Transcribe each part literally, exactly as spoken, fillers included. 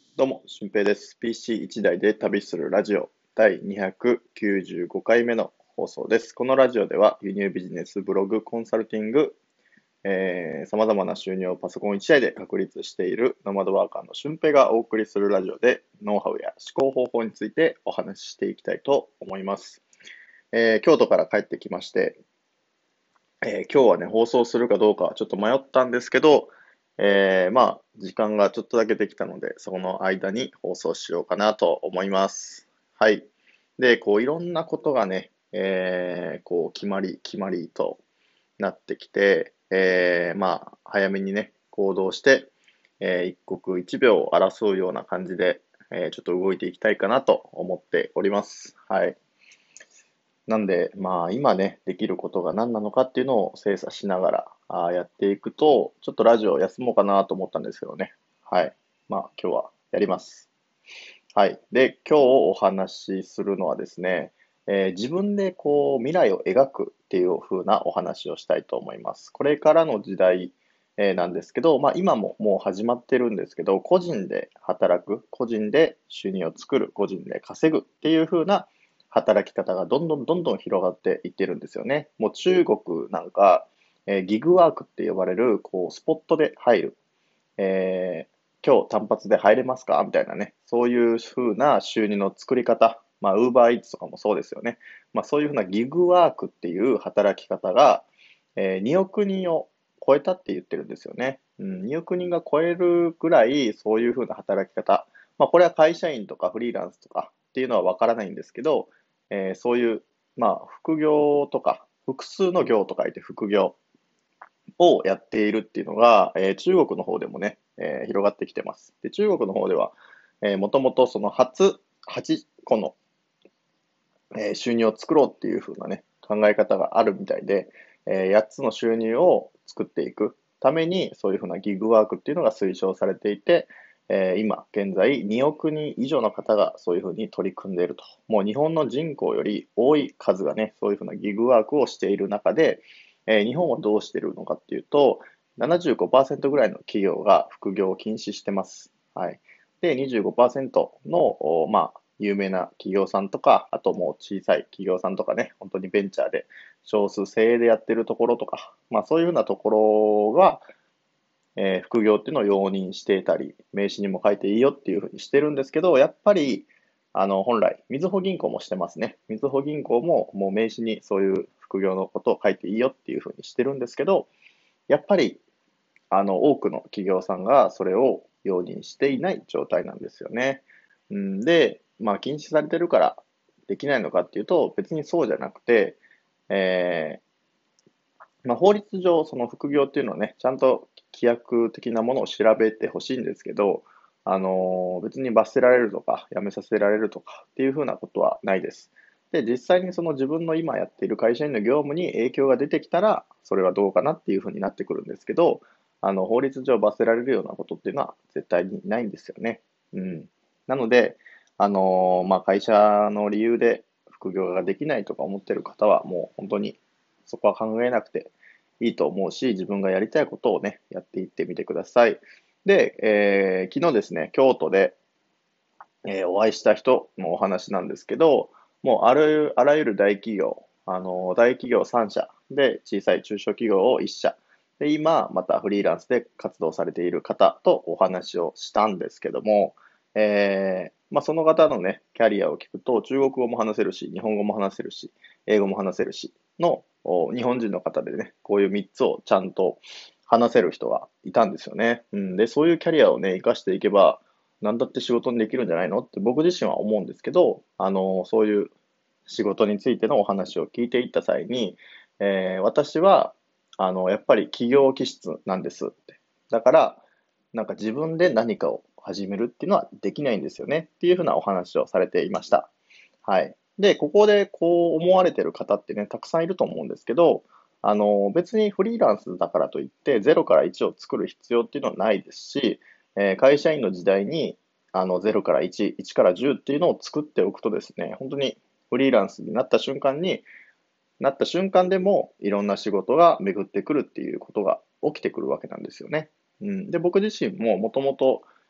どうも、俊平です。ピーシーいち 台で旅するラジオだいにひゃくきゅうじゅうごかいめの放送です。このラジオでは輸入ビジネス、ブログ、コンサルティング、えー、様々な収入をパソコンいちだいで確立しているノマドワーカーの俊平がお送りするラジオでノウハウや思考方法についてお話ししていきたいと思います。えー京都から帰ってきまして、えー今日はね、放送するかどうかはちょっと迷ったんですけど、えーまあ、時間がちょっとだけできたので、その間に放送しようかなと思います。はい。で、こう、いろんなことがね、えーこう、決まり、決まりとなってきて、えーまあ、早めにね、行動して、えー一刻一秒を争うような感じで、えーちょっと動いていきたいかなと思っております。はい。なんで、まあ、今ね、できることが何なのかっていうのを精査しながら、あーやっていくと、ちょっとラジオを休もうかなと思ったんですけどね。はい。まあ、今日はやります。はい。で、今日お話しするのはですね、えー自分でこう、未来を描くっていう風なお話をしたいと思います。これからの時代、えーなんですけど、まあ、今ももう始まってるんですけど、個人で働く、個人で収入を作る、個人で稼ぐっていう風な働き方がどんどんどんどん広がっていってるんですよね。もう中国なんか、えーギグワークって呼ばれる、こう、スポットで入る。えー今日単発で入れますかみたいなね、そういう風な収入の作り方、まあ、ウーバーイーツとかもそうですよね。まあ、そういう風なギグワークっていう働き方が、えーにおく人を超えたって言ってるんですよね。うん、におく人が超えるぐらい、そういう風な働き方、まあ、これは会社員とかフリーランスとかっていうのはわからないんですけど、えーそういう、まあ、副業とか、複数の業と書いて副業をやっているっていうのが、えー中国の方でもね、えー広がってきてます。で、中国の方では、えーもともとその初はちこの、えー収入を作ろうっていう風なね、考え方があるみたいで、えーやっつの収入を作っていくために、そういう風なギグワークっていうのが推奨されていて、えー今現在におく人以上の方がそういう風に取り組んでいると。もう日本の人口より多い数がね、そういう風なギグワークをしている中で、えー日本はどうしているのかっていうと、ななじゅうごパーセントぐらいの企業が副業を禁止してます。はい。で、にじゅうごパーセントの、おまあ、有名な企業さんとか、あともう小さい企業さんとかね、本当にベンチャーで少数精鋭でやってるところとか、まあそういうふうなところが、えー副業っていうのを容認していたり、名刺にも書いていいよっていうふうにしてるんですけど、やっぱり、あの、本来、みずほ銀行もしてますね。みずほ銀行ももう名刺にそういう副業のことを書いていいよっていうふうにしてるんですけど、やっぱり、あの、多くの企業さんがそれを容認していない状態なんですよね。うんで、まあ、禁止されてるからできないのかっていうと、別にそうじゃなくて、えーまあ、法律上、その副業っていうのはね、ちゃんと規約的なものを調べてほしいんですけど、あのー別に罰せられるとか、辞めさせられるとかっていうふうなことはないです。で、実際にその自分の今やっている会社員の業務に影響が出てきたら、それはどうかなっていうふうになってくるんですけど、あの、法律上罰せられるようなことっていうのは絶対にないんですよね。うん。なので、あのーまあ、会社の理由で副業ができないとか思ってる方は、もう本当にそこは考えなくていいと思うし、自分がやりたいことをね、やっていってみてください。で、えー昨日ですね、京都で、えーお会いした人のお話なんですけど、もうある、あらゆる大企業、あの、大企業さん社で小さい中小企業をいっ社。で、今、またフリーランスで活動されている方とお話をしたんですけども、えーまあ、その方のね、キャリアを聞くと、中国語も話せるし、日本語も話せるし、英語も話せるし、の、お日本人の方でね、こういうみっつをちゃんと話せる人がいたんですよね。うん、で、そういうキャリアをね、活かしていけば、何だって仕事にできるんじゃないのって僕自身は思うんですけど、あの、そういう仕事についてのお話を聞いていった際に、えー私は、あの、やっぱり企業気質なんですって。だから、なんか自分で何かを始めるっていうのはできないんですよねっていうふうなお話をされていました。はい。で、ここでこう思われてる方ってね、たくさんいると思うんですけど、あの、別にフリーランスだからといってゼロからいちを作る必要っていうのはないですし、えー会社員の時代にあのゼロからいち、いちからじゅうっていうのを作っておくとですね、本当にフリーランスになった瞬間に、なった瞬間でもいろんな仕事が巡ってくるっていうことが起きてくるわけなんですよね。うん、で、僕自身ももともと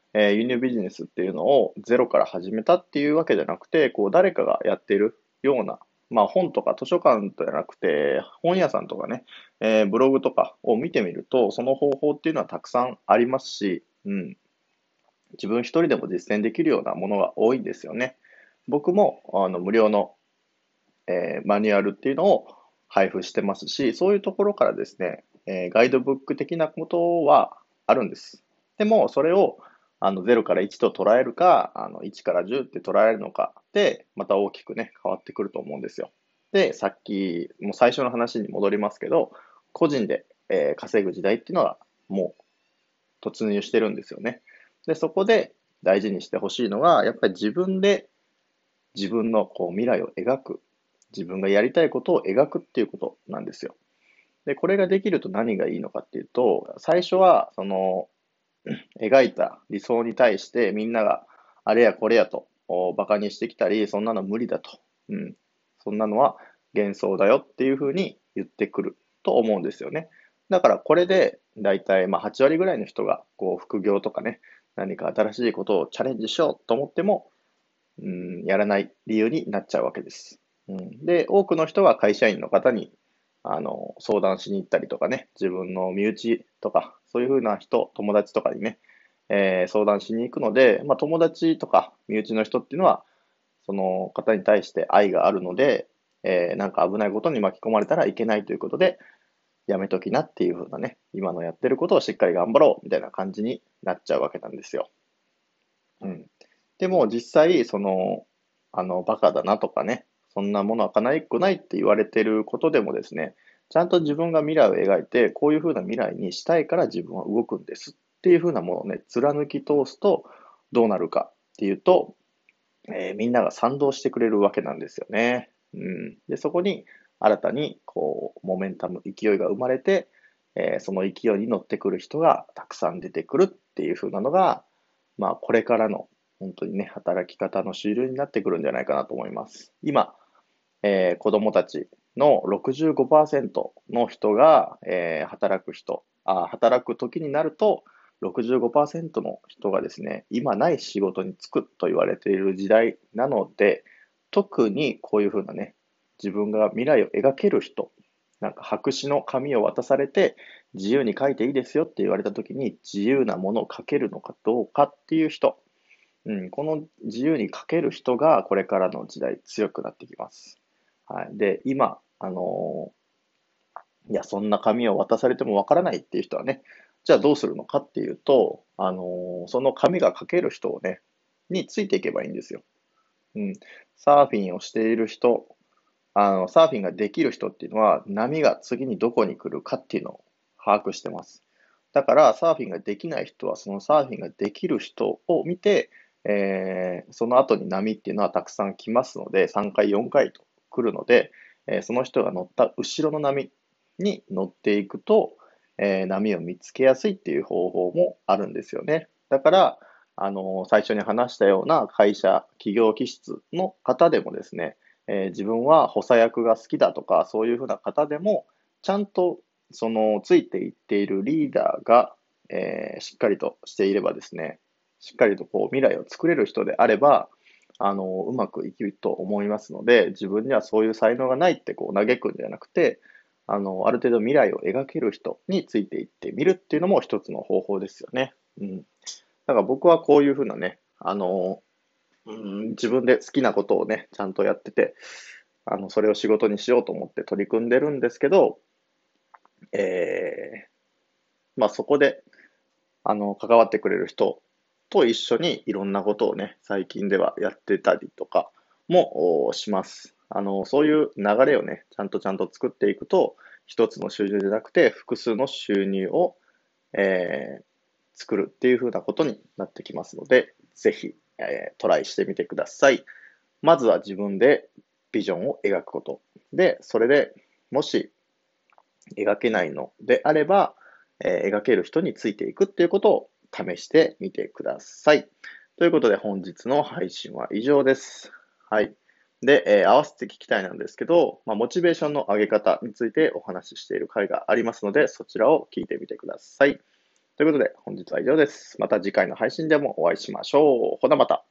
えー輸入ビジネスっていうのをゼロから始めたっていうわけじゃなくて、こう誰かがやっているような、まあ本とか図書館じゃなくて、本屋さんとかね、えーブログとかを見てみると、その方法っていうのはたくさんありますし、うん、自分一人でも実践できるようなものが多いんですよね。僕もあの無料の、えーマニュアルっていうのを配布してますし、そういうところからですね、えーガイドブック的なことはあるんです。でも、それをあのゼロからいちと捉えるか、あのいちからじゅうって捉えるのかで、また大きくね、変わってくると思うんですよ。で、さっき、もう最初の話に戻りますけど、個人で、えー稼ぐ時代っていうのはもう突入してるんですよね。で、そこで大事にしてほしいのは、やっぱり自分で自分のこう未来を描く、自分がやりたいことを描くっていうことなんですよ。で、これができると何がいいのかっていうと、最初はその描いた理想に対してみんながあれやこれやとバカにしてきたり、そんなの無理だと、うん、そんなのは幻想だよっていうふうに言ってくると思うんですよね。だからこれで大体まあはち割ぐらいの人がこう副業とかね、何か新しいことをチャレンジしようと思っても、うん、やらない理由になっちゃうわけです。うん、で、多くの人は会社員の方にあの相談しに行ったりとかね、自分の身内とか、そういうふうな人、友達とかにね、えー相談しに行くので、まあ、友達とか身内の人っていうのは、その方に対して愛があるので、えーなんか危ないことに巻き込まれたらいけないということで、やめときなっていうふうなね、今のやってることをしっかり頑張ろうみたいな感じになっちゃうわけなんですよ。うん。でも実際、その、あの、バカだなとかね、そんなものは叶いっこないって言われてることでもですね、ちゃんと自分が未来を描いて、こういうふうな未来にしたいから自分は動くんですっていうふうなものをね、貫き通すとどうなるかっていうと、えーみんなが賛同してくれるわけなんですよね。うん。で、そこに新たに、こう、モメンタム、勢いが生まれて、えーその勢いに乗ってくる人がたくさん出てくるっていう風なのが、まあ、これからの本当にね、働き方の主流になってくるんじゃないかなと思います。今、えー子供たちのろくじゅうごパーセントの人が、えー働く人、あ、働く時になると、ろくじゅうごパーセントの人がですね、今ない仕事に就くと言われている時代なので、特にこういうふうなね、自分が未来を描ける人、なんか白紙の紙を渡されて、自由に書いていいですよって言われた時に、自由なものを書けるのかどうかっていう人、うん、この自由に書ける人がこれからの時代強くなってきます。はい。で、今、あのーいや、そんな紙を渡されてもわからないっていう人はね、じゃあどうするのかっていうと、あのーその紙が書ける人をね、についていけばいいんですよ。うん。サーフィンをしている人、あの、サーフィンができる人っていうのは、波が次にどこに来るかっていうのを把握してます。だから、サーフィンができない人は、そのサーフィンができる人を見て、えーその後に波っていうのはたくさん来ますので、さんかい、よんかいと来るので、えーその人が乗った後ろの波に乗っていくと、えー波を見つけやすいっていう方法もあるんですよね。だから、あの最初に話したような会社、企業気質の方でもですね、えー自分は補佐役が好きだとか、そういうふうな方でも、ちゃんとそのついていっているリーダーが、えーしっかりとしていればですね、しっかりとこう未来を作れる人であれば、あの、うまくいくと思いますので、自分にはそういう才能がないってこう嘆くんじゃなくて、あの、ある程度未来を描ける人についていってみるっていうのも一つの方法ですよね。うん。だから僕はこういうふうなね、あの、うん、自分で好きなことをね、ちゃんとやってて、あの、それを仕事にしようと思って取り組んでるんですけど、えー、まあそこで、あの、関わってくれる人と一緒にいろんなことをね、最近ではやってたりとかもおします。あの、そういう流れをね、ちゃんとちゃんと作っていくと、一つの収入じゃなくて、複数の収入を、えー作るっていう風なことになってきますので、ぜひ、えートライしてみてください。まずは自分でビジョンを描くこと。で、それでもし描けないのであれば、えー描ける人についていくっていうことを試してみてください。ということで本日の配信は以上です。はい。で、えー合わせて聞きたいなんですけど、まあ、モチベーションの上げ方についてお話ししている回がありますので、そちらを聞いてみてください。 ということで、本日は以上です。また次回の配信でもお会いしましょう。ほなまた。